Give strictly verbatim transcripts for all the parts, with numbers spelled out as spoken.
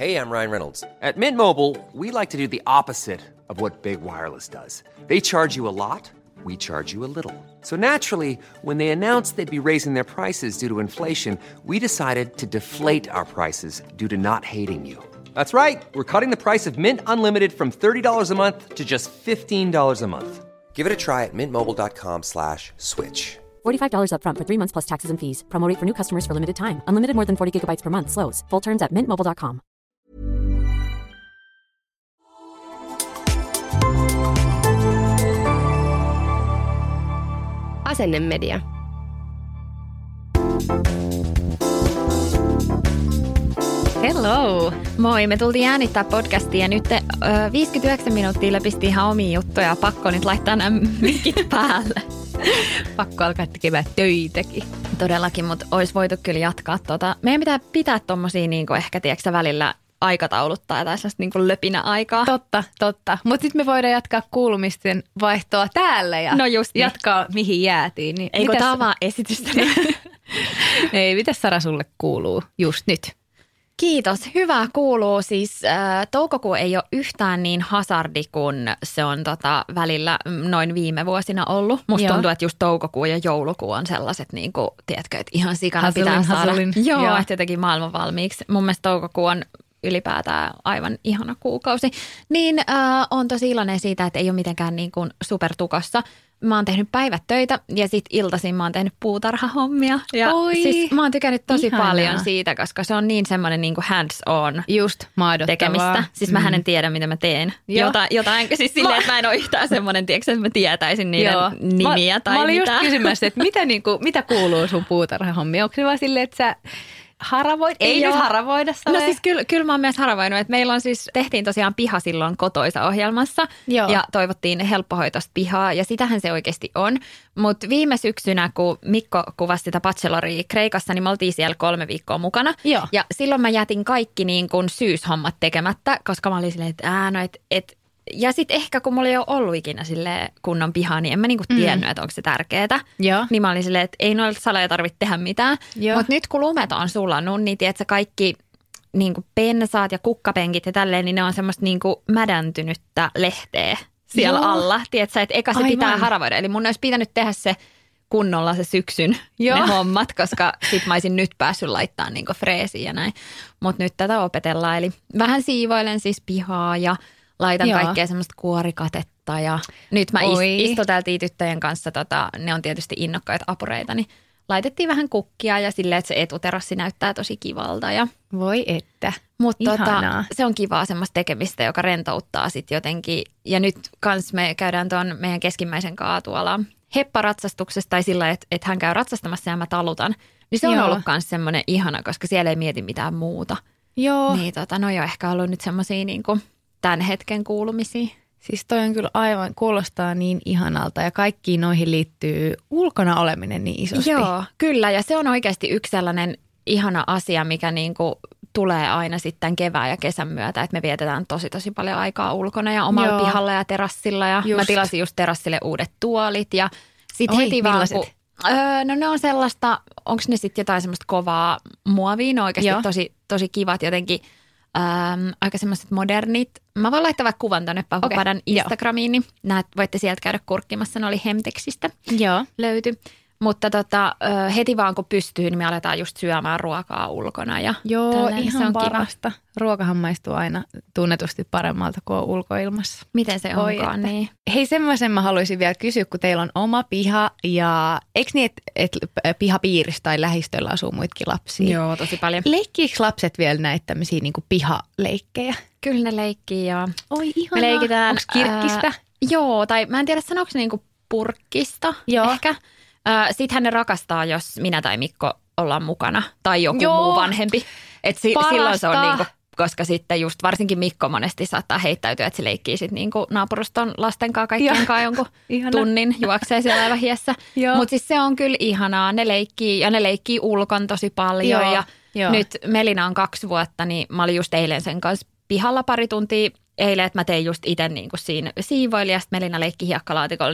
Hey, I'm Ryan Reynolds. At Mint Mobile, we like to do the opposite of what Big Wireless does. They charge you a lot, we charge you a little. So naturally, when they announced they'd be raising their prices due to inflation, we decided to deflate our prices due to not hating you. That's right. We're cutting the price of Mint Unlimited from thirty dollars a month to just fifteen dollars a month. Give it a try at mintmobile.com slash switch. forty-five dollars up front for three months plus taxes and fees. Promo rate for new customers for limited time. Unlimited more than forty gigabytes per month. Slows full terms at mint mobile dot com. Asennemedia. Hello! Moi, me tultiin äänittää podcastia ja nyt te, ö, viisikymmentäyhdeksän minuuttia läpisti ihan omia juttuja. Pakko nyt laittaa nämä mikit päälle. Pakko alkaa tekemään töitäkin. Todellakin, mutta olisi voitu kyllä jatkaa tota. Meidän pitää pitää tommosia niin kuin ehkä tiedätkö, välillä aikatauluttaa tai sellaista niin kuin löpinä-aikaa. Totta, totta. Mutta sitten me voidaan jatkaa kuulumisten vaihtoa täällä ja no just niin. Jatkaa mihin jäätiin. Niin ei kun avaa esitystä. Ei, mitäs Sara sulle kuuluu just nyt? Kiitos. Hyvää kuuluu. Siis äh, toukokuu ei ole yhtään niin hasardi kuin se on tota, välillä noin viime vuosina ollut. Musta Joo. tuntuu, että just toukokuu ja joulukuu on sellaiset, niin kuin, tiedätkö, että ihan sikana Hasulin, pitää saada. hasulin. Joo, Joo. että jotenkin maailman valmiiksi. Mun mielestä toukokuu on ylipäätään aivan ihana kuukausi. Niin äh, on tosi iloinen siitä, että ei ole mitenkään niin kuin supertukossa. Mä oon tehnyt päivät töitä ja sit iltaisin mä oon tehnyt puutarhahommia. Ja Oi, siis mä oon tykännyt tosi ihanaa. paljon siitä, koska se on niin semmoinen niin kuin hands on Just maadottavaa. tekemistä. Siis mm. mähän en tiedä, mitä mä teen. Jota, jotain, siis silleen, että mä en ole yhtään semmoinen, tiedätkö, että mä tietäisin niiden Joo. nimiä mä, tai mä olin mitä. just kysymässä, että mitä, niinku, mitä kuuluu sun puutarhahommiin? Onko se vaan silleen, että sä haravoit? Ei Joo. nyt haravoida No siis kyllä, kyllä mä oon myös haravoinut, että meillä on siis, tehtiin tosiaan piha silloin kotoisa-ohjelmassa Joo. ja toivottiin helppohoitoista pihaa ja sitähän se oikeasti on. Mutta viime syksynä, kun Mikko kuvasi sitä bacheloria Kreikassa, niin me oltiin siellä kolme viikkoa mukana. Joo. Ja silloin mä jätin kaikki niin kuin syyshommat tekemättä, koska mä olin silleen, että ää, no et, et ja sitten ehkä kun mulla ei ole ollut ikinä silleen kunnon pihaa, niin en mä niinku tiennyt, mm. että onko se tärkeetä. Joo. Niin mä olin silleen, että ei noilla saleja tarvitse tehdä mitään. Mutta nyt kun lumet on sulannut, niin tiedätkö kaikki niinku pensaat ja kukkapenkit ja tälleen, niin ne on semmoista niinku mädäntynyttä lehteä siellä Joo. alla. Tiedätkö, että eka se Aivan. pitää haravoida. Eli mun olisi pitänyt tehdä se kunnolla se syksyn Joo. ne hommat, koska sit mä olisin nyt päässyt laittaa niinku freesiin ja näin. Mutta nyt tätä opetellaan. Eli vähän siivoilen siis pihaa ja laitan Joo. kaikkea semmoista kuorikatetta ja nyt mä Oi. istuteltiin tyttöjen kanssa, tota, ne on tietysti innokkaita apureita, niin laitettiin vähän kukkia ja silleen, että se etuterassi näyttää tosi kivalta. Ja, Voi että. mutta tota, Ihanaa. se on kivaa semmoista tekemistä, joka rentouttaa sitten jotenkin. Ja nyt kans me käydään tuon meidän keskimmäisen kaa tuolla hepparatsastuksessa tai sillä, että, että hän käy ratsastamassa ja mä talutan. Niin se on Joo. ollut kans semmoinen ihana, koska siellä ei mieti mitään muuta. Joo. Niin tota, no jo ehkä ollut nyt semmoisia niinku tämän hetken kuulumisia. Siis toi on kyllä aivan, kuulostaa niin ihanalta ja kaikkiin noihin liittyy ulkona oleminen niin isosti. Joo, kyllä ja se on oikeasti yksi sellainen ihana asia, mikä niinku tulee aina sitten kevään ja kesän myötä, että me vietetään tosi tosi paljon aikaa ulkona ja omalla Joo. pihalla ja terassilla ja Just. mä tilasin just terassille uudet tuolit ja sitten Oi, heti vaan millaiset? kun, öö, no ne on sellaista, onko ne sitten jotain semmoista kovaa muovia, ne on oikeasti Joo. tosi, tosi kivat jotenkin. Ähm, aika semmoiset modernit. Mä voin laittaa vaikka kuvan tuonne Pahupadan Okei, joo. Instagramiin, niin näet, voitte sieltä käydä kurkkimassa. Ne oli Hemtexistä Joo. löyty. Mutta tota, heti vaan kun pystyy, niin me aletaan just syömään ruokaa ulkona. Ja Joo, tällainen, ihan se on parasta. Kiva. Ruokahan maistuu aina tunnetusti paremmalta kuin on ulkoilmassa. Miten se Voi onkaan, että. niin. Hei, semmoisen mä haluaisin vielä kysyä, kun teillä on oma piha ja eikö niin, että et pihapiirissä tai lähistöllä asuu muitakin lapsia? Joo, tosi paljon. Leikkiikö lapset vielä näitä tämmöisiä niinku pihaleikkejä? Kyllä ne leikkii ja Oi me ihanaa. leikitään. Onko kirkkistä? Ää, joo, tai mä en tiedä sanooko se niinku purkkista Joo. ehkä. Sittenhän ne rakastaa, jos minä tai Mikko ollaan mukana tai joku Joo. muu vanhempi. Et si- silloin se on Parasta. niinku, koska sitten just varsinkin Mikko monesti saattaa heittäytyä, että se leikkii sitten niinku naapuruston lasten kanssa kaikkien Joo. kanssa jonkun Ihana. tunnin juoksee siellä aivan hiessä. Joo. Mutta siis se on kyllä ihanaa. Ne leikkii ja ne leikkii ulkon tosi paljon Joo. ja Joo. nyt Melina on kaksi vuotta, niin mä olin just eilen sen kanssa pihalla pari tuntia eilen, että mä tein just itse niinku siinä siivoilin ja sitten Melina leikki hiekkalaatikolla, niin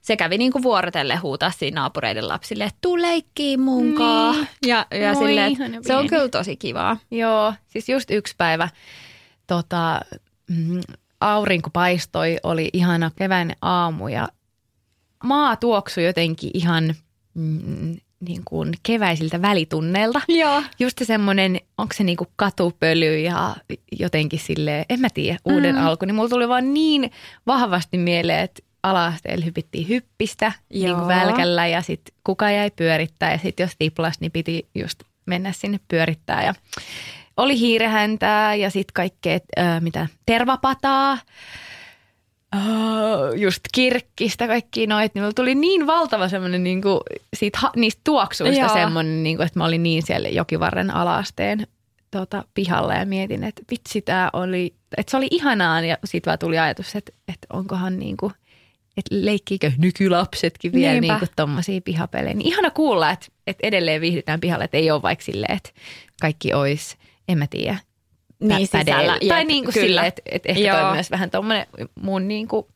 se kävi niin kuin vuorotellen huutaa siinä naapureiden lapsille, että tuu leikkiin munkaan. Niin. Ja, ja Moi, silleen, ihana se on pieni. kyllä tosi kivaa. Joo, siis just yksi päivä tota, mm, aurinko paistoi, oli ihana keväinen aamu ja maa tuoksui jotenkin ihan mm, niin kuin keväisiltä välitunneilta. Joo. Just semmoinen, onko se niin kuin katupöly ja jotenkin silleen, en mä tiedä, uuden mm. alku. Niin mulla tuli vaan niin vahvasti mieleen, että ala-asteella hypittiin hyppistä niin kuin välkällä ja sitten kuka jäi pyörittää ja sitten jos tiplas, niin piti just mennä sinne pyörittää ja oli hiirehäntää ja sitten kaikkea, äh, mitä tervapataa, äh, just kirkkistä, kaikki noit. Niin mulla tuli niin valtava semmoinen niinku, siitä, niistä tuoksuista semmoinen, niinku, että mä olin niin siellä Jokivarren ala-asteen tota, pihalla ja mietin, että vitsi tää oli, että se oli ihanaa ja siitä vaan tuli ajatus, että, että onkohan niinku, että leikkiikö nykylapsetkin vielä Niinpä. niinku tommosia pihapelejä. Niin ihana kuulla, että, että edelleen viihdytään pihalla, että ei ole vaikka silleen, että kaikki olisi, en mä tiedä, Niin sisällä. Tai Jep, niin kuin kyllä. silleen, että, että ehkä Joo. toi myös vähän tommoinen mun niin kuin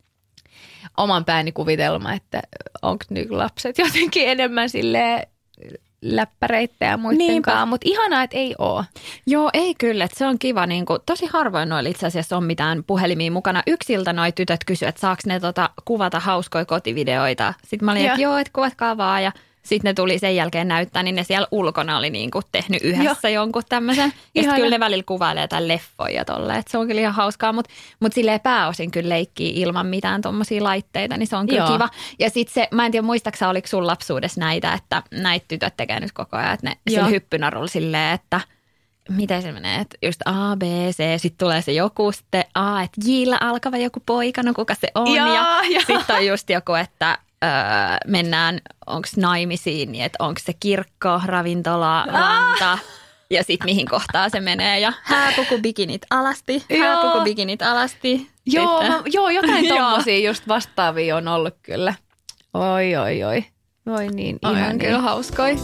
oman pääni kuvitelma, että onko nykylapset jotenkin enemmän silleen läppäreitä ja muiden kanssa, mutta ihanaa, että ei ole. Joo, ei kyllä. Että se on kiva. Niin kuin, tosi harvoin noilla itse asiassa on mitään puhelimia mukana. Yksiltä noi tytöt kysyivät, että saako ne tota, kuvata hauskoja kotivideoita. Sitten mä olin, että joo, että kuvatkaa vaan ja sitten ne tuli sen jälkeen näyttää, niin ne siellä ulkona oli niinku tehnyt yhdessä Joo. jonkun tämmöisen. Ja sitten kyllä ne välillä kuvailee jotain leffoja ja tolleen, että se on kyllä ihan hauskaa. Mutta mut silleen pääosin kyllä leikkii ilman mitään tommosia laitteita, niin se on kyllä Joo. kiva. Ja sitten se, mä en tiedä muistaaksä, oliko sun lapsuudessa näitä, että näitä tytöt tekee nyt koko ajan, että ne sillä hyppynarulla silleen, että miten se menee, että just A, B, C, sitten tulee se joku, sitten A, että J:llä alkava joku poika, no kuka se on. Joo, ja joo. sitten on just joku, että öö, mennään, onko naimisiin, niin että onko se kirkko, ravintola, ranta ja sitten mihin kohtaan se menee. Ja hääpuku bikinit alasti, hääpuku bikinit alasti. Joo, mä, joo jotain Joo. tommosia just vastaavia on ollut kyllä. Oi, oi, oi. Voi niin On ihan kyllä hauskoi.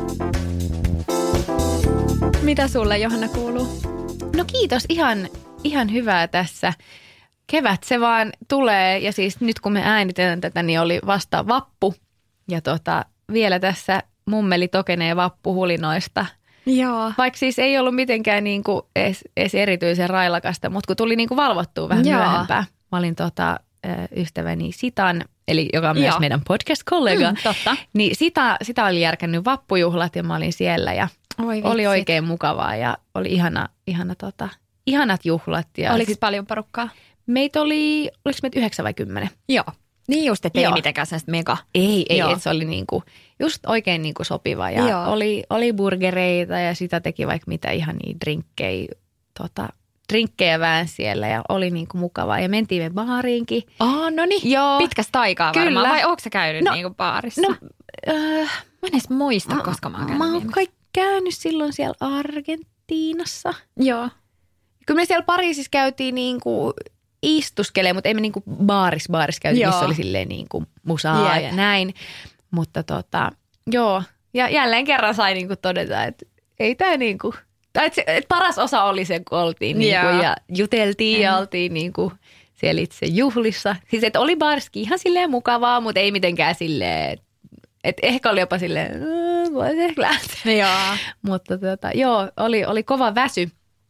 Mitä sulle, Johanna, kuuluu? No kiitos, ihan, ihan hyvää tässä. Kevät se vaan tulee ja siis nyt kun me äänitetään tätä, niin oli vasta vappu. Ja tota, vielä tässä mummeli tokenee vappuhulinoista. Joo. Vaikka siis ei ollut mitenkään niinku edes, edes erityisen railakasta, mutta kun tuli niinku valvottua vähän Joo. myöhempää. Mä olin tota, ystäväni Sitan, eli joka on myös Joo. meidän podcast-kollega. Mm, totta. Niin sitä, sitä oli järkännyt vappujuhlat ja mä olin siellä ja Oi oli vitsit. oikein mukavaa ja oli ihana, ihana tota, ihanat juhlat. Ja Oliko sit paljon porukkaa? meitä oli, oliko meitä yhdeksän vai kymmenen? Joo. Niin just, että ei Joo. mitenkään sellaista mega. Ei, ei, Joo. et se oli niinku, just oikein niinku sopiva ja Joo. oli, oli burgereita ja sitä teki vaikka mitä ihan niin drinkkejä, tota, drinkkejä vähän siellä ja oli niinku mukavaa ja mentiin me baariinkin. Aa, no niin. Joo. Pitkästä aikaa Kyllä. varmaan. Vai ootko sä käynyt No, niinku baarissa? No, äh, Mä en edes muista, koska mä oon käynyt mä oon viimeksi. kai käynyt silloin siellä Argentiinassa. Joo. Kyllä me siellä Pariisissa käytiin niinku istuskelemaan, mutta ei me niinku baaris, baaris käytiin, Joo. missä oli silleen niinku musaa Jep. ja näin. Mutta tota, joo. Ja jälleen kerran sai niinku todeta, että ei tää niinku, tai että, se, että paras osa oli se, kun oltiin niinku Joo. ja juteltiin ja oltiin niinku siellä itse juhlissa. Siis että oli baariskin ihan silleen mukavaa, mutta ei mitenkään silleen, että ehkä oli jopa silleen, "Mm, voisi ehkä lähteä. Joo. Mutta tota, joo, oli, oli kova väsy,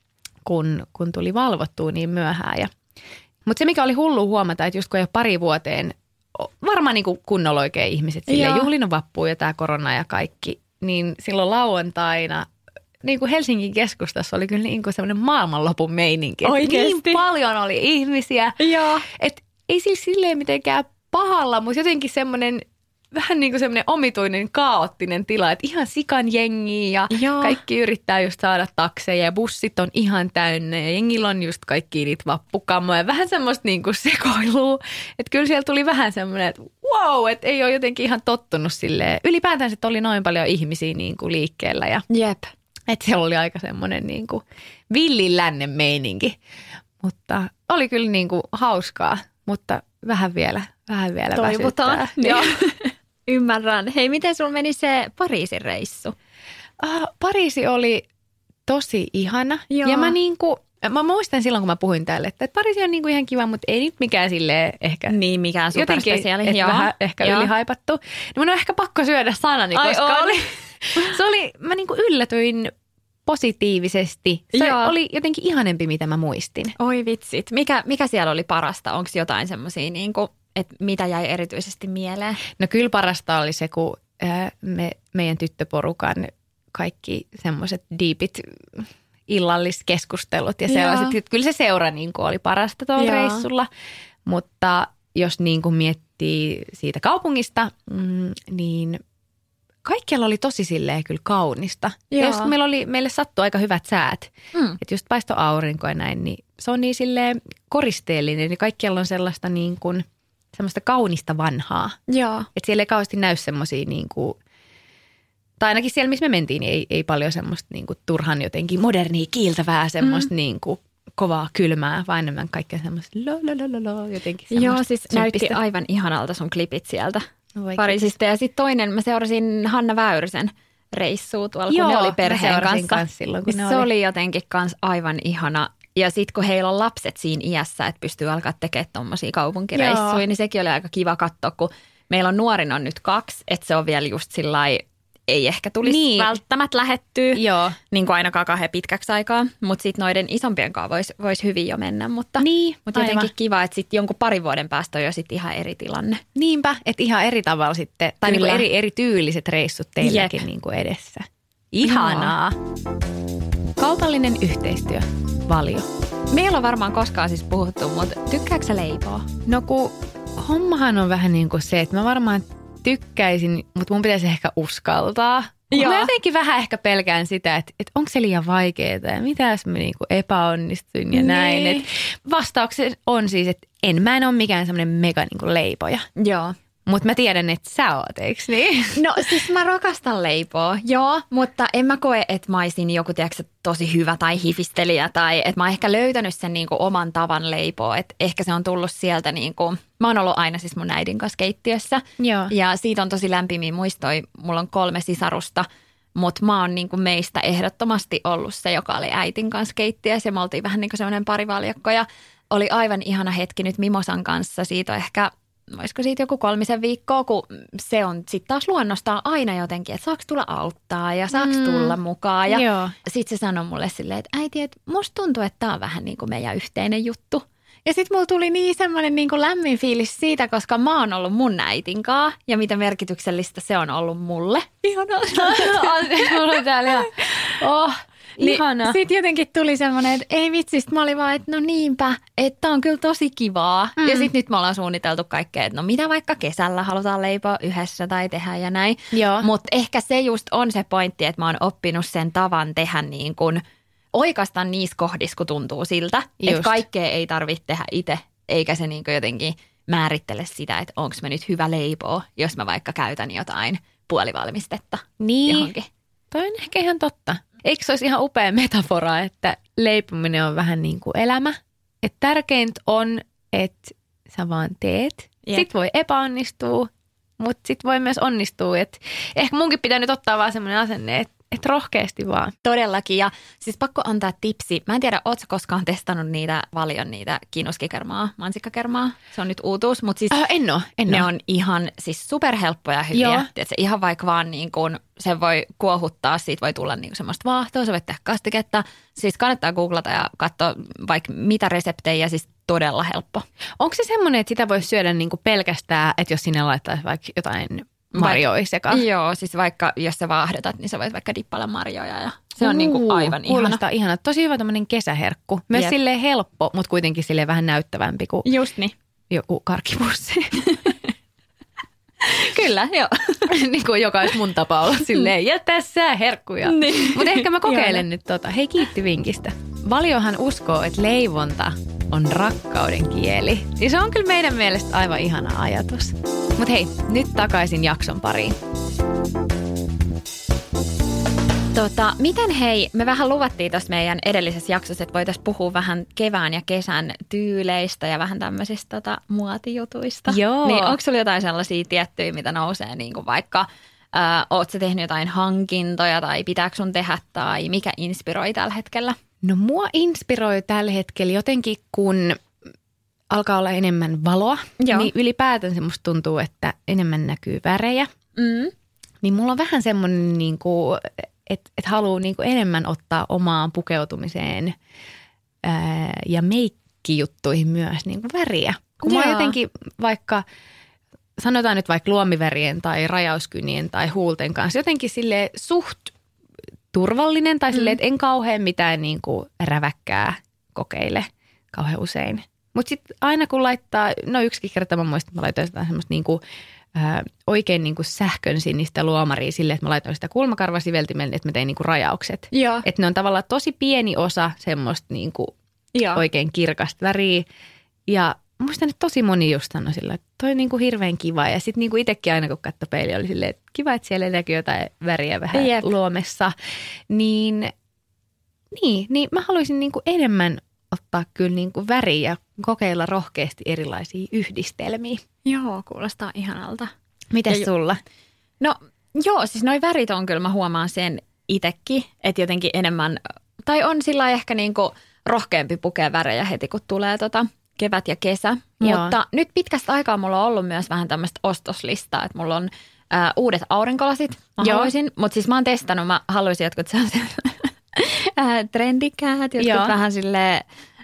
kun, kun tuli valvottua niin myöhään. Ja, mutta se, mikä oli hullu huomata, että just kun ei ole pari vuoteen, varmaan niin kuin kunnolla oikein ihmiset silleen juhlinut vappua ja tämä korona ja kaikki, niin silloin lauantaina niin kuin Helsingin keskustassa oli kyllä niin kuin semmoinen maailmanlopun meininki. Oikeesti? Niin paljon oli ihmisiä, Joo. että ei siis silleen mitenkään pahalla, mutta jotenkin semmoinen vähän niin kuin semmoinen omituinen, kaoottinen tila, että ihan sikan jengiä ja Joo. kaikki yrittää just saada takseja ja bussit on ihan täynnä ja jengillä on just kaikki niitä vappukammoja. Vähän semmoista niin kuin sekoilua, että kyllä siellä tuli vähän semmoinen, että wow, että ei ole jotenkin ihan tottunut silleen. Ylipäätään sitten oli noin paljon ihmisiä niin kuin liikkeellä ja Jep. että siellä oli aika semmoinen niin kuin villin lännen meininki, mutta oli kyllä niin kuin hauskaa, mutta vähän vielä, vähän vielä Toivotaan. väsyttää. Joo. Ymmärrän. Hei, miten sulla meni se Pariisin reissu? Uh, Pariisi oli tosi ihana Joo. ja mä niinku, mä muistan silloin, kun mä puhuin täällä, että Pariisi on niinku ihan kiva, mutta ei nyt mikään silleen ehkä. Niin, mikään superspesiaali. Jotenkin, vähän ehkä Joo. ylihaipattu. Niin mun on ehkä pakko syödä sanani, Ai koska on. oli, se oli, mä niinku yllätyin positiivisesti. Se Joo. oli jotenkin ihanempi, mitä mä muistin. Oi vitsit. Mikä, mikä siellä oli parasta? Onko jotain semmoisia, niinku, että mitä jäi erityisesti mieleen? No kyllä parasta oli se, kun ää, me, meidän tyttöporukan kaikki semmoiset diipit illalliskeskustelut ja sellaiset. Että kyllä se seura niin kuin oli parasta tuolla Joo. reissulla, mutta jos niin kuin miettii siitä kaupungista, mm, niin kaikkialla oli tosi silleen kyllä kaunista. Joo. Ja just meillä oli, meille sattui aika hyvät säät, mm. että just paistoi aurinko ja näin, niin se on niin silleen koristeellinen ja kaikkialla on sellaista niin kuin semmoista kaunista vanhaa. Joo. Että siellä ei kauheasti näy semmoisia niin kuin tai ainakin siellä, missä me mentiin, niin ei, ei paljon semmoista niin kuin turhan jotenkin modernia, kiiltävää, semmoista mm. niin kuin kovaa, kylmää, vaan enemmän kaikkea semmoista lo, lo, lo, lo, lo, jotenkin semmoista. Joo, siis näytti aivan ihanalta sun klipit sieltä Oikein. Pariisista. Ja sitten toinen, mä seurasin Hanna Väyrysen reissua tuolla, kun Joo, ne oli perheen kanssa. Silloin, kun ne se oli. oli jotenkin kans aivan ihana. Ja sitten kun heillä on lapset siinä iässä, että pystyy alkaa tekemään tommosia kaupunkireissuja, Joo. niin sekin oli aika kiva katsoa, kun meillä on nuorin on nyt kaksi, että se on vielä just sillai ei ehkä tulisi niin. välttämättä lähettyä, Joo. niin kuin ainakaan kahden pitkäksi aikaa, mutta sitten noiden isompien kanssa voisi vois hyvin jo mennä, mutta, niin, mutta jotenkin kiva, että sitten jonkun parin vuoden päästä on jo sitten ihan eri tilanne. Niinpä, että ihan eri tavalla sitten, tai niin kuin eri, eri tyyliset reissut teilläkin niin kuin edessä. Ihanaa. Joo. Kaupallinen yhteistyö, Valio. Meillä on varmaan koskaan siis puhuttu, mutta tykkääkö sä leipoa? No kun hommahan on vähän niin kuin se, että mä varmaan tykkäisin, mutta mun pitäisi ehkä uskaltaa. Joo. Mä jotenkin vähän ehkä pelkään sitä, että, että onko se liian vaikeaa ja mitä jos mä niinku epäonnistuin ja näin. Niin. Et vastaukset on siis, että en, mä en ole mikään semmoinen mega niinku leipoja. Joo. Mutta mä tiedän, että sä oot, eikö niin? No siis mä rakastan leipoa, joo, mutta en mä koe, että mä olisin joku tiedätkö, tosi hyvä tai hifistelijä tai että mä oon ehkä löytänyt sen niinku oman tavan leipoa. Että ehkä se on tullut sieltä niinku, mä oon ollut aina siis mun äidin kanssa keittiössä joo. ja siitä on tosi lämpimiä muistoja. Mulla on kolme sisarusta, mutta mä oon niinku meistä ehdottomasti ollut se, joka oli äitin kanssa keittiössä ja me oltiin vähän niin kuin semmoinen parivaljakko ja oli aivan ihana hetki nyt Mimosan kanssa. Siitä on ehkä olisiko siitä joku kolmisen viikkoa, kun se on sitten taas luonnostaan aina jotenkin, että saako tulla auttaa ja saako mm. tulla mukaan. Ja sitten se sanoi mulle silleen, että äiti, että musta tuntuu, että tämä on vähän niin kuin meidän yhteinen juttu. Ja sitten mulla tuli niin semmoinen niin kuin lämmin fiilis siitä, koska mä oon ollut mun äitin kanssa ja mitä merkityksellistä se on ollut mulle. Ihanaa. Mulla on täällä ihan, oh. Niin sitten jotenkin tuli semmoinen, että ei vitsistä, mä olin vaan, että no niinpä, että on kyllä tosi kivaa. Mm. Ja sitten nyt me ollaan suunniteltu kaikkea, että no mitä vaikka kesällä halutaan leipoa yhdessä tai tehdä ja näin. Mutta ehkä se just on se pointti, että mä oon oppinut sen tavan tehdä niin kuin oikeastaan niissä kohdissa, kun tuntuu siltä. Että kaikkea ei tarvitse tehdä itse, eikä se niin kuin jotenkin määrittele sitä, että onko mä nyt hyvä leipoa, jos mä vaikka käytän jotain puolivalmistetta niin. johonkin. Toi on ehkä ihan totta. Eikö se olisi ihan upea metafora, että leipominen on vähän niin kuin elämä? Että tärkeintä on, että sä vaan teet. Yep. Sitten voi epäonnistua, mutta sitten voi myös onnistua. Et ehkä munkin pitää nyt ottaa vaan semmoinen asenne, että et rohkeasti vaan. Todellakin. Ja siis pakko antaa tipsi. Mä en tiedä, ootko koskaan testannut niitä Valion niitä kinuskikermaa, mansikkakermaa. Se on nyt uutuus, mutta siis äh, en oo, en ne oo. on ihan siis superhelppoja ja hyviä. Tiedätkö, ihan vaikka vaan niin kuin sen voi kuohuttaa, siitä voi tulla niin kuin semmoista vaahtoa, sä voit tehdä kastiketta. Siis kannattaa googlata ja katsoa vaikka mitä reseptejä, siis todella helppo. Onko se semmoinen, että sitä voi syödä niin kuin pelkästään, että jos sinne laittaa vaikka jotain marjoja sekaan? Joo, siis vaikka jos sä vaahdotat, niin sä voit vaikka dippailla marjoja ja se on uh, niin kuin aivan ihana. Kuulostaa ihana. Tosi hyvä tämmöinen kesäherkku. Myös yep. silleen helppo, mutta kuitenkin silleen vähän näyttävämpi kuin just niin. Joku karkkipussi. Kyllä, joo. Niin kuin joka olisi mun tapa olla silleen, ja tässä herkkuja. Niin. Mutta ehkä mä kokeilen nyt tota. Hei, kiitti vinkistä. Valiohan uskoo, että leivonta on rakkauden kieli. Ja se on kyllä meidän mielestä aivan ihana ajatus. Mutta hei, nyt takaisin jakson pariin. Tota, miten hei, me vähän luvattiin tuossa meidän edellisessä jaksossa, että voitaisiin puhua vähän kevään ja kesän tyyleistä ja vähän tämmöisistä tota, muotijutuista. Joo. Niin onko sulla jotain sellaisia tiettyjä, mitä nousee, niin kuin vaikka äh, oot sä tehnyt jotain hankintoja tai pitääkö sun tehdä tai mikä inspiroi tällä hetkellä? No mua inspiroi tällä hetkellä jotenkin, kun alkaa olla enemmän valoa, Joo. niin ylipäätään musta tuntuu, että enemmän näkyy värejä. Mm. Niin mulla on vähän semmoinen, niin kuin, että, että haluaa niin kuin enemmän ottaa omaan pukeutumiseen ää, ja meikkijuttuihin myös niin kuin väriä. Kun mä oon jotenkin vaikka, sanotaan nyt vaikka luomivärien tai rajauskynien tai huulten kanssa jotenkin silleen suht turvallinen tai silleen, että en kauhean mitään niin kuin räväkkää kokeile kauhean usein. Mutta sitten aina kun laittaa, no yksikin kerta mä muistan, että mä laitoin sitä semmoista niin kuin, äh, oikein niin kuin sähkön sinistä luomaria silleen, että mä laitoin sitä kulmakarvasiveltimelle, että mä tein niin kuin rajaukset. Että ne on tavallaan tosi pieni osa semmoista niin kuin oikein kirkasta väriä. Ja muistan, että tosi moni just sanoi sillä, että toi on niin kuin hirveän kiva. Ja sitten niin kuin itsekin aina kun katsoi peiliä oli silleen, että kiva, että siellä näkyy jotain väriä vähän Jep. luomessa. Niin, niin, niin mä haluaisin niin kuin enemmän ottaa kyllä niin kuin väriä ja kokeilla rohkeasti erilaisia yhdistelmiä. Joo, kuulostaa ihanalta. Mites ja sulla? No joo, siis noi värit on kyllä, mä huomaan sen itsekin, että jotenkin enemmän, tai on sillä ehkä niin kuin rohkeampi pukea värejä heti, kun tulee tota kevät ja kesä. Joo. Mutta nyt pitkästä aikaa mulla on ollut myös vähän tämmöistä ostoslistaa, että mulla on ää, uudet aurinkolasit, mä Joo. haluaisin, mutta siis mä oon testannut, mä haluaisin jotkut sellaiset trendikäät, jotkut Joo. vähän silleen,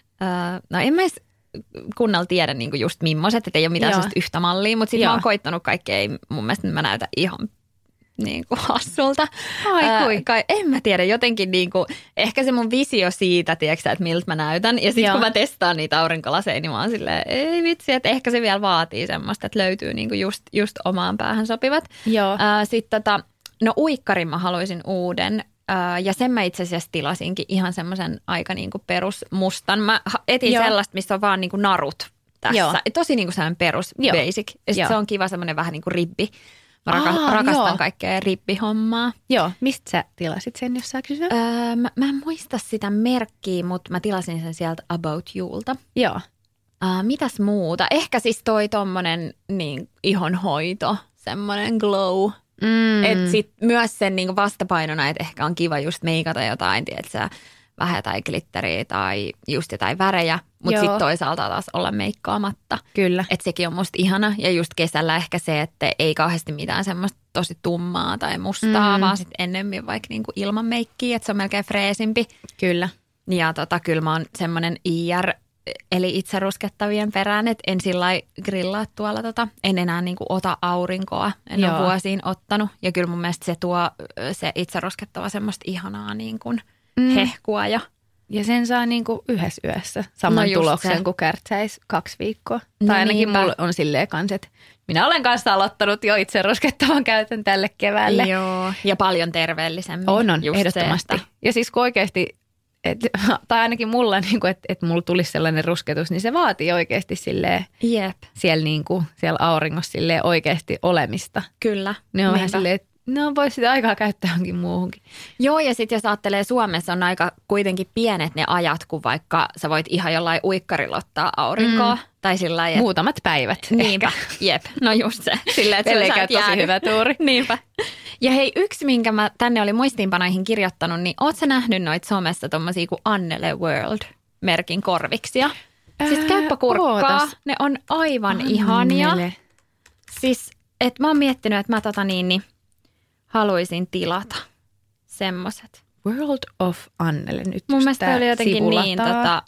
äh, no en mä edes kunnolla tiedä niin kuin just millaiset, että ei ole mitään sellaista yhtä mallia, mutta sitten mä oon koittanut kaikkea, ei mun mielestä mä näytän ihan niin kuin hassulta. Ai kui. Äh, kai, en mä tiedä, jotenkin niin kuin, ehkä se mun visio siitä, tiedätkö, että miltä mä näytän. Ja sitten kun mä testaan niitä aurinkolaseja, niin mä oon silleen, ei vitsi, että ehkä se vielä vaatii semmoista, että löytyy niin kuin just, just omaan päähän sopivat. Joo. Äh, sitten tota, no uikkarin mä haluaisin uuden. Ja sen mä itse asiassa tilasinkin ihan semmoisen aika niinku perusmustan. Mä etin Joo. sellaista, missä on vaan niinku narut tässä. Joo. Tosi niinku sellainen perus Joo. basic. Ja sit se on kiva semmoinen vähän niinku ribbi. Mä Aa, rakastan jo. kaikkea ribbihommaa. Joo, mistä sä tilasit sen, jos sä kysyä? Öö, mä, mä en muista sitä merkkiä, mutta mä tilasin sen sieltä About Youlta. Joo. Uh, mitäs muuta? Ehkä siis toi tommonen niin, ihonhoito, semmoinen glow. Mm. Että sitten myös sen niinku vastapainona, että ehkä on kiva just meikata jotain, tietsä, vähän jotain glitteriä tai just jotain värejä, mutta sitten toisaalta taas olla meikkaamatta. Kyllä. Että sekin on musta ihana ja just kesällä ehkä se, että ei kauheasti mitään semmoista tosi tummaa tai mustaa, mm. vaan sitten ennemmin vaikka niinku ilman meikkiä, että se on melkein freesimpi. Kyllä. Ja tota, kyllä mä oon semmoinen I R, eli itse ruskettavien perään, että en sillä grillaa tuolla, tota, en enää niinku ota aurinkoa, en Joo. ole vuosiin ottanut. Ja kyllä mun mielestä se tuo se itse ruskettava semmoista ihanaa niin kuin mm. hehkua. Ja, ja sen saa niinku yhdessä yössä saman no tuloksen se. Kuin kärtsäisi kaksi viikkoa. No tai ainakin niinpä. Mulla on silleen kans, että minä olen kanssa aloittanut jo itse ruskettavan käytön tälle keväälle. Joo, ja paljon terveellisemmin. On, on, ehdottomasti. Se, että... Ja siis kun oikeasti... Et, tai ainakin mulla, niin että et mulla tulisi sellainen rusketus, niin se vaatii oikeasti silleen, Jep. siellä, niin kuin, siellä auringossa silleen oikeasti olemista. Kyllä. Ne on vähän silleen, että no voisi sitä aikaa käyttää johonkin muuhunkin. Joo, ja sitten jos ajattelee, Suomessa on aika kuitenkin pienet ne ajat, kun vaikka sä voit ihan jollain uikkarilla ottaa aurinkoa. Mm. Tai sillä lailla, muutamat päivät Niinpä, ehkä. jep. No just se. Silleen, että se käy tosi hyvä tuuri. Niinpä. Ja hei, yksi, minkä mä tänne oli muistiinpanoihin kirjoittanut, niin oot sä nähnyt noita somessa tommosia kuin Annele World-merkin korviksia? Ää, siis käyppä kurkkaa. Ootas. Ne on aivan Annele. Ihania. Siis, että mä oon miettinyt, että mä tota niin, niin haluaisin tilata semmoset. World of Annele nyt. Mun mielestä oli jotenkin sivulataa. Niin tota...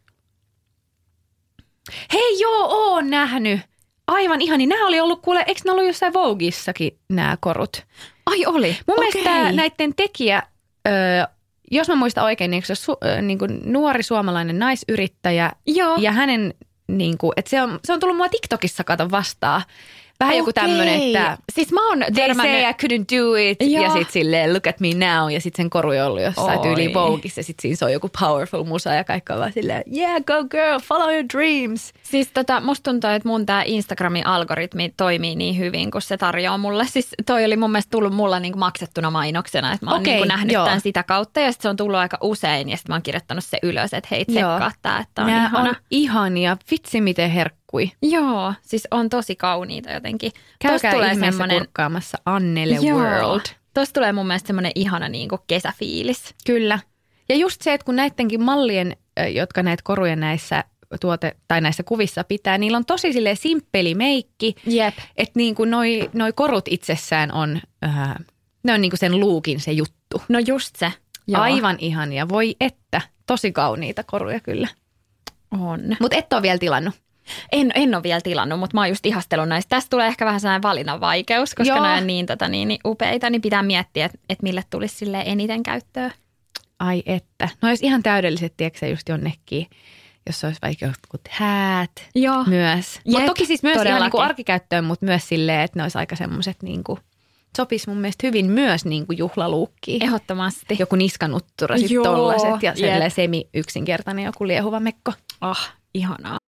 Hei joo, oon nähnyt. Aivan ihani. Nämä oli ollut, kuule, eikö ne ollut jossain Vogueissakin nämä korut? Ai oli? Mun Okei. mielestä näiden tekijä, ö, jos mä muistan oikein, niin se on su, ö, niin kuin nuori suomalainen naisyrittäjä. Joo. Ja hänen, niin kuin, että se on, se on tullut mua TikTokissa kato vastaan. Vähän Okei. joku tämmöinen, että siis mä oon they say I couldn't do it. Joo. Ja sitten silleen look at me now. Ja sitten sen koru on ollut jossain tyyliin Vogueissa. Ja sitten siinä se on joku powerful musa ja kaikki on vaan silleen yeah, go girl, follow your dreams. Siis tota, musta tuntuu, että mun tää Instagramin algoritmi toimii niin hyvin, kun se tarjoaa mulle. Siis toi oli mun mielestä tullut mulla niinku maksettuna mainoksena, että mä oon Okei, niinku nähnyt joo. tämän sitä kautta. Ja sitten se on tullut aika usein ja sitten mä oon kirjoittanut se ylös, että hei tsekkaa tää, että on Nää ihana. on ihania. Vitsi miten herkkui. Joo, siis on tosi kauniita jotenkin. Käykää tulee ihmeessä semmonen... kurkkaamassa Annele Joo. World. Tuossa tulee mun mielestä semmoinen ihana niin kuin kesäfiilis. Kyllä. Ja just se, että kun näidenkin mallien, jotka näitä koruja näissä tuote tai näissä kuvissa pitää, niillä on tosi silleen simppeli meikki. Jep. Että niin kuin noi, noi korut itsessään on, äh, ne on niin kuin sen luukin se juttu. No just se. Joo. Aivan ihania. Voi että. Tosi kauniita koruja kyllä. On. Mutta et ole vielä tilannut. En, en ole vielä tilannut, mutta mä oon just ihastellut näistä. Tästä tulee ehkä vähän sellainen valinnan vaikeus, koska Joo. ne on niin, tota, niin, niin upeita, niin pitää miettiä, että et mille tulisi silleen eniten käyttöä. Ai että. No olisi ihan täydelliset, tiedätkö jos jonnekin, jos olisi vaikka jotkut häät Joo. myös. Mutta toki siis myös ihan niin kuin arkikäyttöön, mutta myös silleen, että ne olisi aika semmoiset niin kuin, sopisi mun mielestä hyvin myös niin kuin juhlaluukkiin. Ehdottomasti. Joku niskanuttura sitten tollaset ja silleen semi-yksinkertainen joku liehuva mekko. Ah, ihanaa.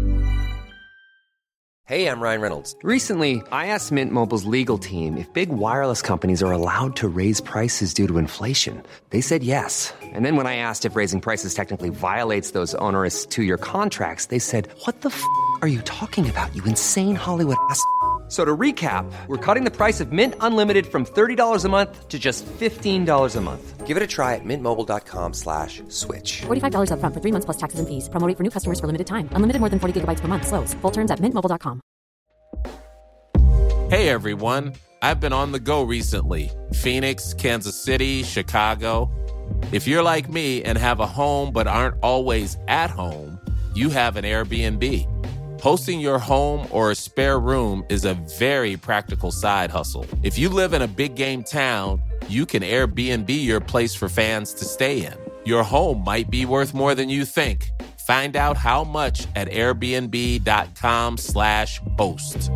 Hey, I'm Ryan Reynolds. Recently, I asked Mint Mobile's legal team if big wireless companies are allowed to raise prices due to inflation. They said yes. And then when I asked if raising prices technically violates those onerous two-year contracts, they said, what the f*** are you talking about, you insane Hollywood ass f- So to recap, we're cutting the price of Mint Unlimited from thirty dollars a month to just fifteen dollars a month. Give it a try at mintmobile.com slash switch. forty-five dollars up front for three months plus taxes and fees. Promo rate for new customers for limited time. Unlimited more than forty gigabytes per month. Slows full terms at mint mobile dot com. Hey everyone, I've been on the go recently. Phoenix, Kansas City, Chicago. If you're like me and have a home but aren't always at home, you have an Airbnb. Hosting your home or a spare room is a very practical side hustle. If you live in a big game town, you can Airbnb your place for fans to stay in. Your home might be worth more than you think. Find out how much at airbnb.com slash host.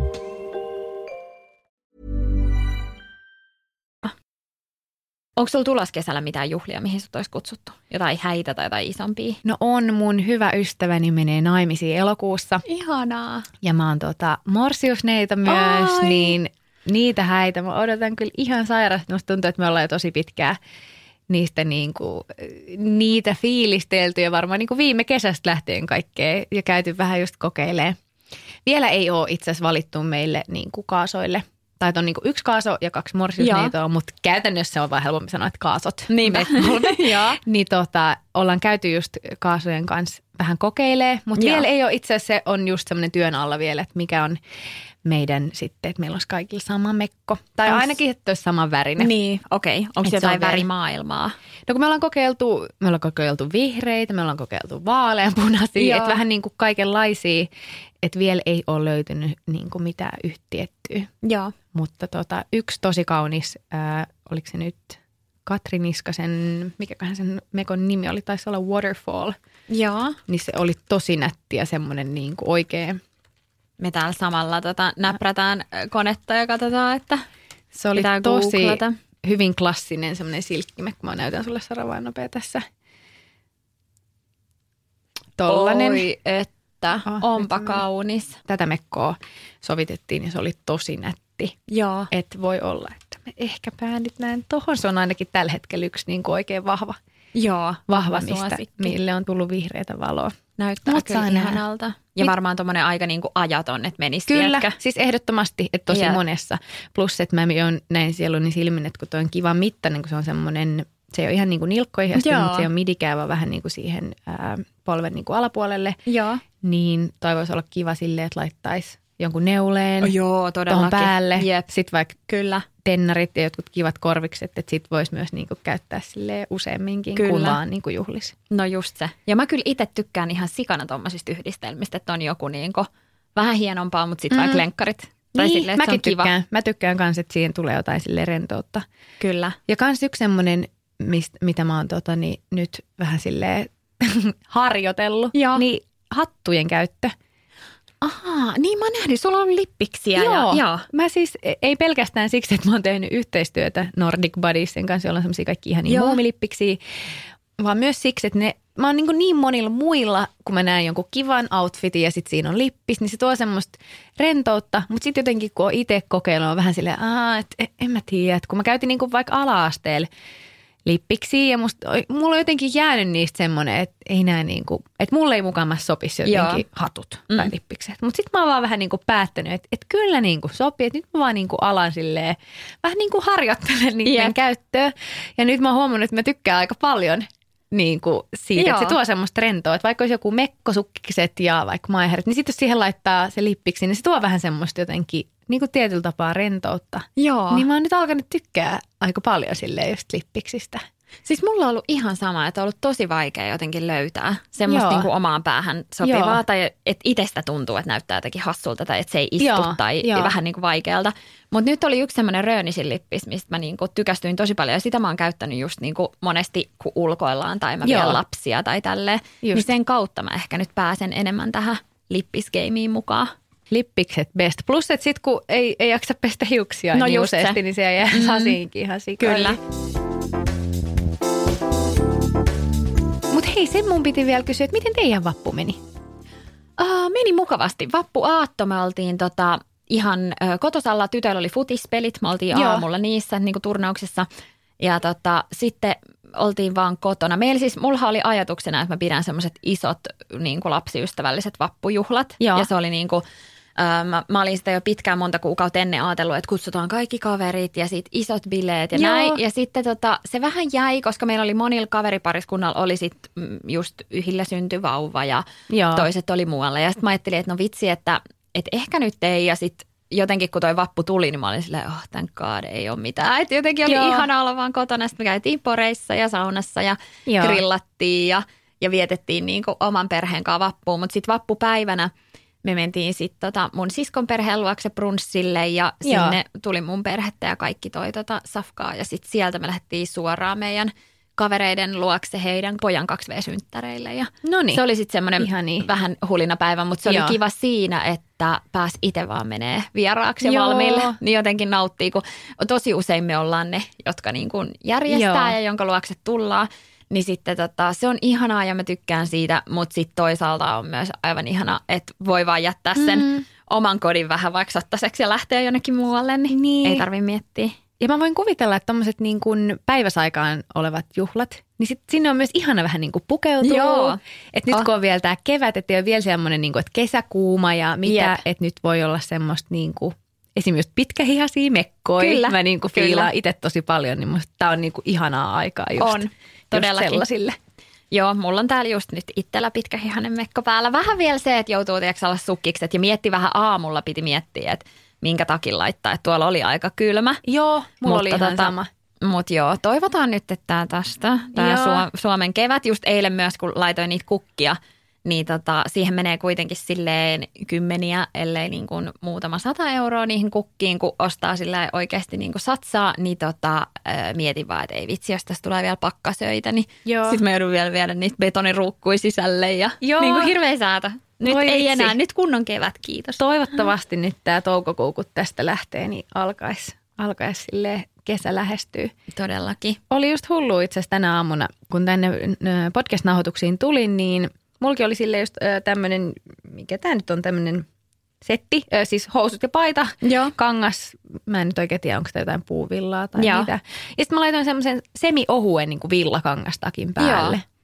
Onko sulla tulossa kesällä mitään juhlia, mihin sut olisi kutsuttu? Jotain häitä tai jotain isompia? No on, mun hyvä ystäväni menee naimisiin elokuussa. Ihanaa. Ja mä oon tota morsiusneita myös, Ai. niin niitä häitä mä odotan kyllä ihan sairaasti. Musta tuntuu, että me ollaan jo tosi pitkään niistä niinku, niitä fiilistelty ja varmaan niinku viime kesästä lähtien kaikkea ja käyty vähän just kokeilemaan. Vielä ei ole itse asiassa valittu meille niinku kaasoille. Tai on niinku yksi kaaso ja kaksi morsiusneitoa, mutta käytännössä on vaan helpompi sanoa, että kaasot. Niinpä. Niin tota, ollaan käyty just kaasujen kanssa vähän kokeilee, mutta vielä ei ole itse asiassa, se on just semmoinen työn alla vielä, että mikä on meidän sitten, että meillä olisi kaikilla sama mekko. Tai Onks... ainakin, että olisi saman värinen. Niin, okei. Okay. Onko jotain värimaailmaa? No kun me ollaan kokeiltu, me ollaan kokeiltu vihreitä, me ollaan kokeiltu vaaleanpunaisia, että vähän niin kuin kaikenlaisia, että vielä ei ole löytynyt niin kuin mitään yhtiettyä. Joo. Mutta tota, yksi tosi kaunis, ää, oliko se nyt Katri Niskasen, mikäköhän sen mekon nimi oli, taisi olla Waterfall. Joo. Niin se oli tosi nätti ja semmoinen niin kuin oikein. Me täällä samalla tota, näprätään konetta ja katsotaan, että se oli tosi googlata. Hyvin klassinen semmoinen silkkimekko. Mä näytän sulle Sara vaan nopea tässä. Tollanen. Oi, että oh, onpa kaunis. Tätä mekkoa sovitettiin ja se oli tosi nätti. Joo. Että voi olla, että me ehkä nyt näin tohon. Se on ainakin tällä hetkellä yksi niin kuin oikein vahva. Joo. Vahva, mistä, mille on tullut vihreätä valoa. Näyttää Mut kyllä ihanalta. Ja varmaan tommoinen aika niin kuin ajaton, että menisi. Kyllä, tiedätkö? Siis ehdottomasti, että tosi yeah. monessa. Plus, että mä oon näin sieluni silmin, että kun toi on kiva mittainen, kun se on semmoinen, se ei ole ihan niin kuin nilkkoihin asti, mutta se on midikää, vaan vähän niin kuin siihen ää, polven niin kuin alapuolelle. Joo. Niin toi voisi olla kiva silleen, että laittaisi jonkun neuleen oh, joo, tuohon päälle. Jep. Sitten vaikka kyllä. tennarit ja jotkut kivat korvikset, että sit voisi myös niinku käyttää silleen useamminkin kyllä. kuin vaan niinku juhlisi. No just se. Ja mä kyllä itse tykkään ihan sikana tommosista yhdistelmistä, että on joku niinku vähän hienompaa, mutta sitten mm. vaikka lenkkarit. Tai niin, silleen, mäkin tykkään. Kiva. Mä tykkään kans, että siihen tulee jotain silleen rentoutta. Kyllä. Ja kans yksi semmoinen, mitä mä oon tota, niin, nyt vähän silleen harjoitellut, Joo. niin hattujen käyttö. Ahaa, niin mä oon nähnyt, sulla on lippiksiä. Joo, ja, joo. Mä siis ei pelkästään siksi, että mä oon tehnyt yhteistyötä Nordic Buddiesen kanssa, joilla on semmosia kaikki ihan niin muumilippiksi, vaan myös siksi, että ne, mä oon niin, niin monilla muilla, kun mä näen jonkun kivan outfitin ja sit siinä on lippis, niin se tuo semmoista rentoutta, mutta sitten jotenkin kun on itse kokeillut, on vähän silleen, aah, että en mä tiedä, että kun mä käytin niin kuin vaikka ala-asteella lippiksi ja musta, mulla on jotenkin jäänyt niistä semmoinen, että ei nää niinku, että mulle ei mukamassa sopisi jotenkin Joo. hatut mm. tai lippikset. Mutta sitten mä oon vaan vähän niinku päättänyt, että, että kyllä niinku sopii, että nyt mä vaan niinku alan silleen, vähän niinku harjoittelen niiden yep. käyttöä. Ja nyt mä oon huomannut, että mä tykkään aika paljon niin kuin siitä, Joo. että se tuo semmoista rentoa. Että vaikka olisi joku mekkosukkiset ja vaikka maiherit, niin sitten jos siihen laittaa se lippiksi, niin se tuo vähän semmoista jotenkin niin kuin tietyllä tapaa rentoutta. Joo. Niin mä oon nyt alkanut tykkää aika paljon silleen just lippiksistä. Siis mulla on ollut ihan sama, että on ollut tosi vaikea jotenkin löytää semmoista Joo. niin kuin omaan päähän sopivaa. Joo. Tai että itsestä tuntuu, että näyttää jotenkin hassulta tai että se ei istu Joo, tai joo. vähän niin kuin vaikealta. Mutta nyt oli yksi semmoinen röönisin lippis, mistä mä niin kuin tykästyin tosi paljon. Ja sitä mä oon käyttänyt just niin kuin monesti, kun ulkoillaan tai mä Joo. vien lapsia tai tälleen. Just. Niin sen kautta mä ehkä nyt pääsen enemmän tähän lippisgeimiin mukaan. Lippikset best. Plus, että sit kun ei, ei jaksa pestä hiuksia No niin just useasti, se. niin se jää mm-hmm. sasiinkin ihan sikaisin. Kyllä. Mutta hei, sen mun piti vielä kysyä, että miten teidän vappu meni? Uh, meni mukavasti. Vappuaatto me oltiin tota, ihan uh, kotosalla. Tytöillä oli futispelit. Me oltiin Joo. aamulla niissä niin kuin turnauksissa. Ja tota, sitten oltiin vaan kotona. Meillä siis, mulla oli ajatuksena, että mä pidän semmoiset isot niin kuin lapsiystävälliset vappujuhlat. Joo. Ja se oli niin kuin, uh, mä, mä olin sitä jo pitkään monta kuukautta ennen ajatellut, että kutsutaan kaikki kaverit ja sit isot bileet ja Joo. näin. Ja sitten tota, se vähän jäi, koska meillä oli monilla kaveripariskunnalla oli sit mm, just yhillä syntyvauva ja Joo. toiset oli muualla. Ja sitten mä ajattelin, että no vitsi, että, että ehkä nyt ei. Ja sitten jotenkin kun toi vappu tuli, niin mä olin silleen, oh thank god, ei ole mitään. Et jotenkin oli Joo. ihana olla vaan kotona. Sitten me käytiin poreissa ja saunassa ja Joo. grillattiin ja, ja vietettiin niin kuin oman perheen kanssa vappuun. Mutta sitten vappupäivänä me mentiin sitten tota mun siskon perheen luokse brunssille ja Joo. sinne tuli mun perhettä ja kaikki toi tota safkaa. Ja sitten sieltä me lähdettiin suoraan meidän kavereiden luokse heidän pojan kaksi V-synttäreille. Ja Noniin. se oli sitten semmoinen Ihania. vähän hulinapäivä, mutta se Joo. oli kiva siinä, että pääsi itse vaan menee vieraaksi ja Joo. valmiille. Niin jotenkin nauttii, kun tosi usein me ollaan ne, jotka niin kuin järjestää Joo. ja jonka luokse tullaan. Niin sitten tota, se on ihanaa ja mä tykkään siitä, mutta sitten toisaalta on myös aivan ihanaa, että voi vaan jättää sen Mm. oman kodin vähän vaikka sottaiseksi ja lähteä jonnekin muualle, niin, Niin. ei tarvitse miettiä. Ja mä voin kuvitella, että tommoset niin kuin päiväsaikaan olevat juhlat, niin sit sinne on myös ihana vähän niin kuin pukeutua. Joo. Että nyt Oh. kun on vielä tää kevät, että ei ole vielä semmoinen, niin kuin, että kesäkuuma ja mitä, Jep. että nyt voi olla semmoista niin kuin, esimerkiksi pitkähihaisia mekkoja. Kyllä, Mä niin kuin kyllä. fiilaan itse tosi paljon, niin musta tää on niin kuin ihanaa aikaa just, On, just todellakin. sellaisille. Joo, mulla on täällä just nyt itsellä pitkähihainen mekko päällä. Vähän vielä se, että joutuu tiedätkö olla sukkikset ja mietti vähän aamulla piti miettiä, että minkä takin laittaa. Että tuolla oli aika kylmä. Joo, mulla oli Mutta ihan tota, sama. Mutta joo, toivotaan nyt, että tää tästä, tämä Joo. Suom- Suomen kevät, just eilen myös kun laitoin niitä kukkia, niin tota, siihen menee kuitenkin silleen kymmeniä, ellei niin kuin muutama sata euroa niihin kukkiin, kun ostaa silleen oikeasti niin kuin satsaa, niin tota, ää, mietin vaan, että ei vitsi, jos tästä tulee vielä pakkasöitä, niin Joo. sitten mä joudun vielä viedä niitä betoniruukkuja sisälle ja Joo. niin kuin hirveä säätö. Nyt Voi ei vitsi. enää, nyt kunnon kevät, kiitos. Toivottavasti nyt tämä toukokuu, kun tästä lähtee, niin alkaisi alkais silleen kesä lähestyy. Todellakin. Oli just hullu itse asiassa tänä aamuna, kun tänne ö, podcast-nauhoituksiin tulin, niin mulki oli silleen just tämmöinen, mikä tämä nyt on tämmöinen setti, ö, siis housut ja paita, Joo. kangas, mä en nyt oikein tiedä, onko tämä jotain puuvillaa tai Joo. mitä. Ja sitten mä laitoin semmoisen semi-ohuen niin kuin villakangastakin päälle. Joo.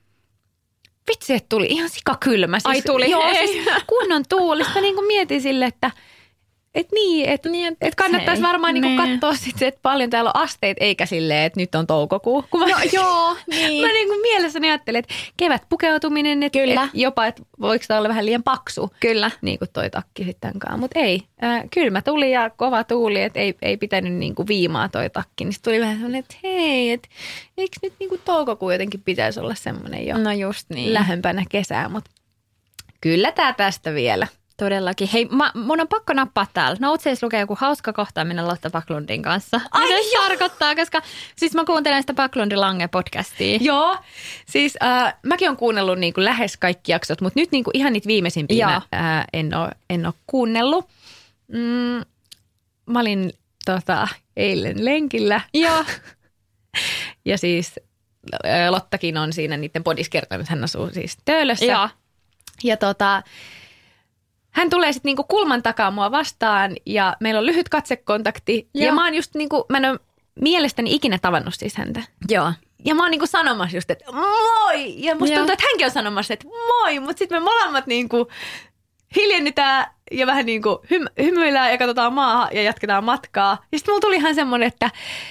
Vitsi, että tuli ihan sikakylmä. Siis, Ai tuli? Joo, Ei. siis kunnon tuulista niin kuin mietin sille, että et niin, että Niin, et, et et kannattaisi hei. varmaan niinku Nee. katsoa sitten, että paljon täällä on asteet, eikä silleen, että nyt on toukokuu. Kun mä, No, joo, niin. mä niinku mielessäni ajattelin, että kevät pukeutuminen, että Kyllä. et jopa, että voiko tämä olla vähän liian paksu. Kyllä. Niin kuin toi takki sittenkaan. Mutta ei, äh, kylmä tuli ja kova tuuli, että ei, ei pitänyt niinku viimaa toi takki. Niin tuli vähän sellainen, että hei, että eikö nyt niinku toukokuu jotenkin pitäisi olla semmoinen jo No just niin. lähempänä kesää. Mutta kyllä tämä tästä vielä. Todellakin. Hei, mä, mun on pakko nappaa täällä. Noutseissa lukee joku hauska kohtaaminen Lotta Backlundin kanssa. Ai Mitä se joo. tarkoittaa, koska siis mä kuuntelen sitä Backlundin Lange-podcastia. Joo, siis äh, mäkin olen kuunnellut niin kuin lähes kaikki jaksot, mutta nyt niin kuin ihan niitä viimeisimpiä Joo. mä, äh, en, ole, en ole kuunnellut. Mm, mä olin tota, eilen lenkillä Joo. ja siis äh, Lottakin on siinä niiden podissa kertonut, että hän asuu siis Töölössä. Joo. Ja tota, hän tulee sitten niinku kulman takaa mua vastaan ja meillä on lyhyt katsekontakti. Joo. Ja mä oon just niinku, mä en ole mielestäni ikinä tavannut siis häntä. Joo. Ja mä oon niinku sanomassa just, että moi! Ja musta Joo. tuntuu, että hänkin on sanomassa, että moi! Mutta sitten me molemmat niinku hiljennytään ja vähän niinku hym- hymyillään ja katsotaan maahan ja jatketaan matkaa. Ja sitten mulla tuli ihan semmoinen, että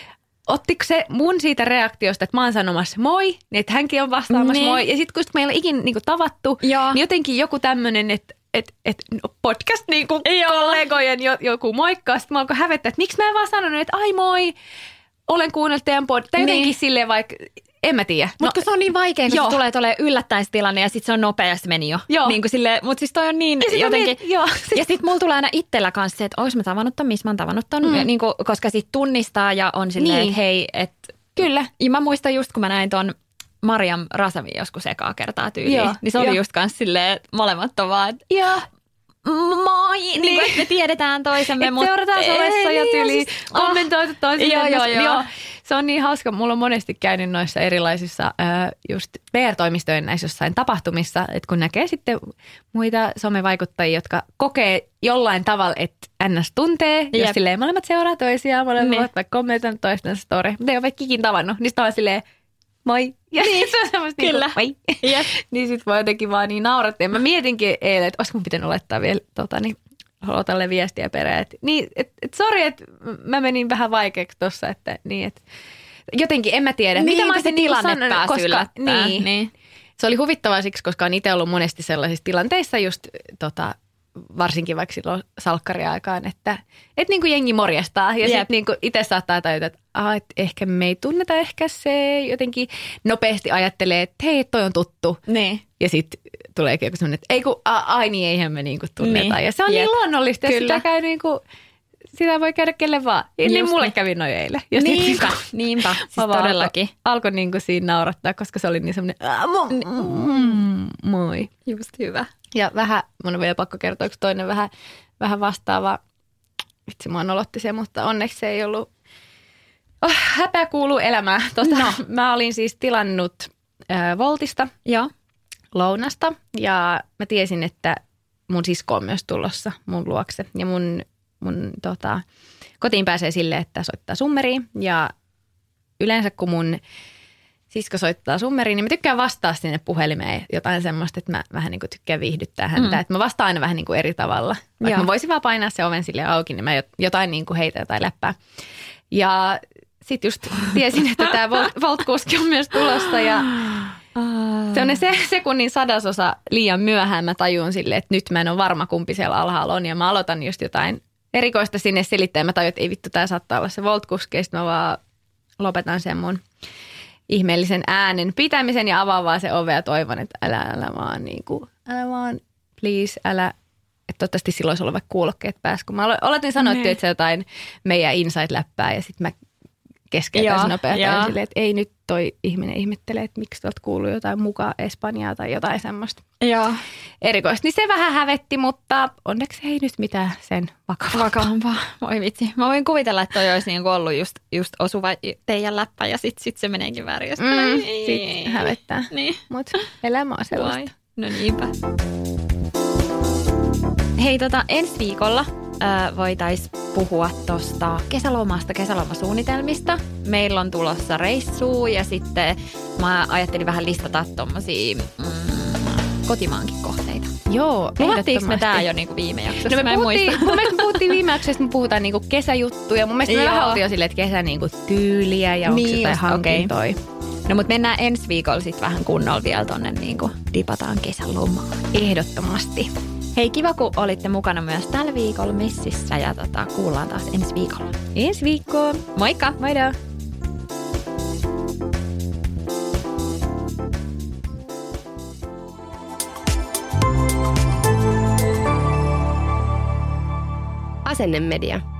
ottiko se mun siitä reaktiosta, että mä oon sanomassa moi, niin että hänkin on vastaamassa niin. moi. Ja sitten kun meillä on ikinä niinku tavattu, Joo. niin jotenkin joku tämmöinen, että et, et, no podcast niinku kollegojen jo, joku moikkaa. Sitten mä alkoin hävettää, että miksi mä en vaan sanonut, että ai moi, olen kuunnellut teidän pod. Tai jotenkin niin. silleen vaikka, en mä tiedä. Mutta no, se on niin vaikea, kun joo. se tulee tolleen yllättäistilanne ja sitten se on nopeasti meni jo. Joo. Niin kuin silleen, mutta siis toi on niin jotenkin. Miet, joo. Ja sitten mulla tulee aina itsellä kanssa se, että ois mä tavannut ton, missä mä oon tavannut ton. Mm. Niin kuin, koska sitten tunnistaa ja on silleen, niin. että hei, että. Kyllä. Ja mä muistan just, kun mä näin ton Mariam Rasavi joskus ekaa kertaa tyyliin. Joo. Niin se oli joo. just kanssa silleen, että molemmat on vaan, että joo. moi, niin, niin kuin, että me tiedetään toisemme. Et seurataan somessa ja tyyliin siis, kommentoitu toisille. Joo, joo, joo. joo. Se on niin hauska. Mulla on monesti käynyt noissa erilaisissa äh, just P R-toimistojen näissä jossain tapahtumissa, että kun näkee sitten muita somevaikuttajia, jotka kokee jollain tavalla, että N S tuntee, Jep. jos silleen molemmat seuraa toisiaan, molemmat niin. vaikka kommentoinnut toistensa story, mutta ei ole vaikka ikin tavannut, niin sitten on silleen moi. Ja niin. se on semmoista Kyllä. Niin kuin, moi. Yep. Niin sit voi jotenkin vaan niin naurattaa. Mä mietinkin eilen, että olisiko mun pitänyt laittaa vielä tota, niin, Lotalle viestiä perään. Et, niin, et, et sori, että mä menin vähän vaikeaksi tossa, että niin, et, jotenkin en mä tiedä. Niin, mitä mä se tilanne pääsi koska, yllättää. Niin. niin. Se oli huvittavaa siksi, koska on itse ollut monesti sellaisissa tilanteissa just tota, varsinkin vaikka silloin salkkariaikaan, että et niin kuin jengi morjestaa ja sitten niin kuin itse saattaa tajuta, että ah, et ehkä me ei tunneta, ehkä se jotenkin nopeasti ajattelee, että hei, toi on tuttu. Niin. Ja sitten tuleekin joku sellainen, että ei kun, a, ai niin, eihän me niinku tunneta. Niin. Ja se on Jep. niin luonnollista, ja sitä, käy niinku, sitä voi käydä kelle vaan. Just niin mulle niin. kävi noin eilen. Ja niinpä, niinku, niinpä. Siis todellakin. Alkoi alko niinku siinä naurattaa, koska se oli niin semmoinen, mm, moi. Just hyvä. Ja vähän, mun on vielä pakko kertoa, yksi toinen vähän, vähän vastaava. Itse mua nolotti se, mutta onneksi se ei ollut. Oh, häpeä kuuluu elämään. Tota, no. Mä olin siis tilannut äh, Voltista. Joo. Lounasta ja mä tiesin, että mun sisko on myös tulossa mun luokse ja mun, mun tota, kotiin pääsee silleen, että soittaa summeriin ja yleensä kun mun sisko soittaa summeriin, niin mä tykkään vastaa sinne puhelimeen jotain semmoista, että mä vähän niin kuin tykkään viihdyttää häntä, mm. että mä vastaan aina vähän niin kuin eri tavalla. Vaikka mä voisin vaan painaa se oven sille auki, niin mä jotain niin kuin heitä jotain läppää. Ja sit just tiesin, että tää Volt-kuski on myös tulossa ja se on se sekunnin sadasosa liian myöhään. Mä tajun silleen, että nyt mä en ole varma, kumpi siellä alhaalla on. Ja mä aloitan just jotain erikoista sinne selittää. Mä tajun, että ei vittu, tää saattaa olla se Volt-kuski. Ja sitten mä vaan lopetan sen mun ihmeellisen äänen pitämisen ja avaan vaan se ove ja toivon, että älä, älä vaan niin kuin, älä vaan, please, älä. Että toivottavasti silloin olisi ollut vaikka kuulokkeet päässä. Kun mä oletin sanoa, että se jotain meidän inside-läppää ja sitten mä keskeytän sen nopeasti silleen, että ei nyt toi ihminen ihmettelee, että miksi tuolta kuuluu jotain mukaan Espanjaa tai jotain semmoista Joo. erikoista. Niin se vähän hävetti, mutta onneksi ei nyt mitään sen vakavaa. Vakavampaa. Voi vitsi. Mä voin kuvitella, että toi olisi niinku ollut just, just osuva teidän läppä ja sitten sit se meneekin väärin. Mm, sitten hävettää. Niin. Mutta elämä on sellaista. Vai? No niinpä. Hei, tota, ensi viikolla äh, voitaisiin puhua tuosta kesälomasta, kesälomasuunnitelmista. Meillä on tulossa reissuu ja sitten mä ajattelin vähän listata tommosia mm, kotimaankin kohteita. Joo, puhuttiinko me tää jo niinku viime jaksossa? No me mä en puhuttiin, muista. mun mielestä me puhuttiin viime jaksossa, me puhutaan niinku kesäjuttuja. Mun mielestä me Joo. vähän oltiin jo silleen, että kesä niinku tyyliä ja onko Niin jotain just, hankintoja. okay. No mut mennään ensi viikolla sitten vähän kunnolla vielä tonne niinku dipataan kesälomaan. Ehdottomasti. Hei, kiva kun olitte mukana myös tällä viikolla messissä ja tota, kuullaan taas ensi viikolla. Ensi viikkoon. Moikka! Moido! Asenne Media.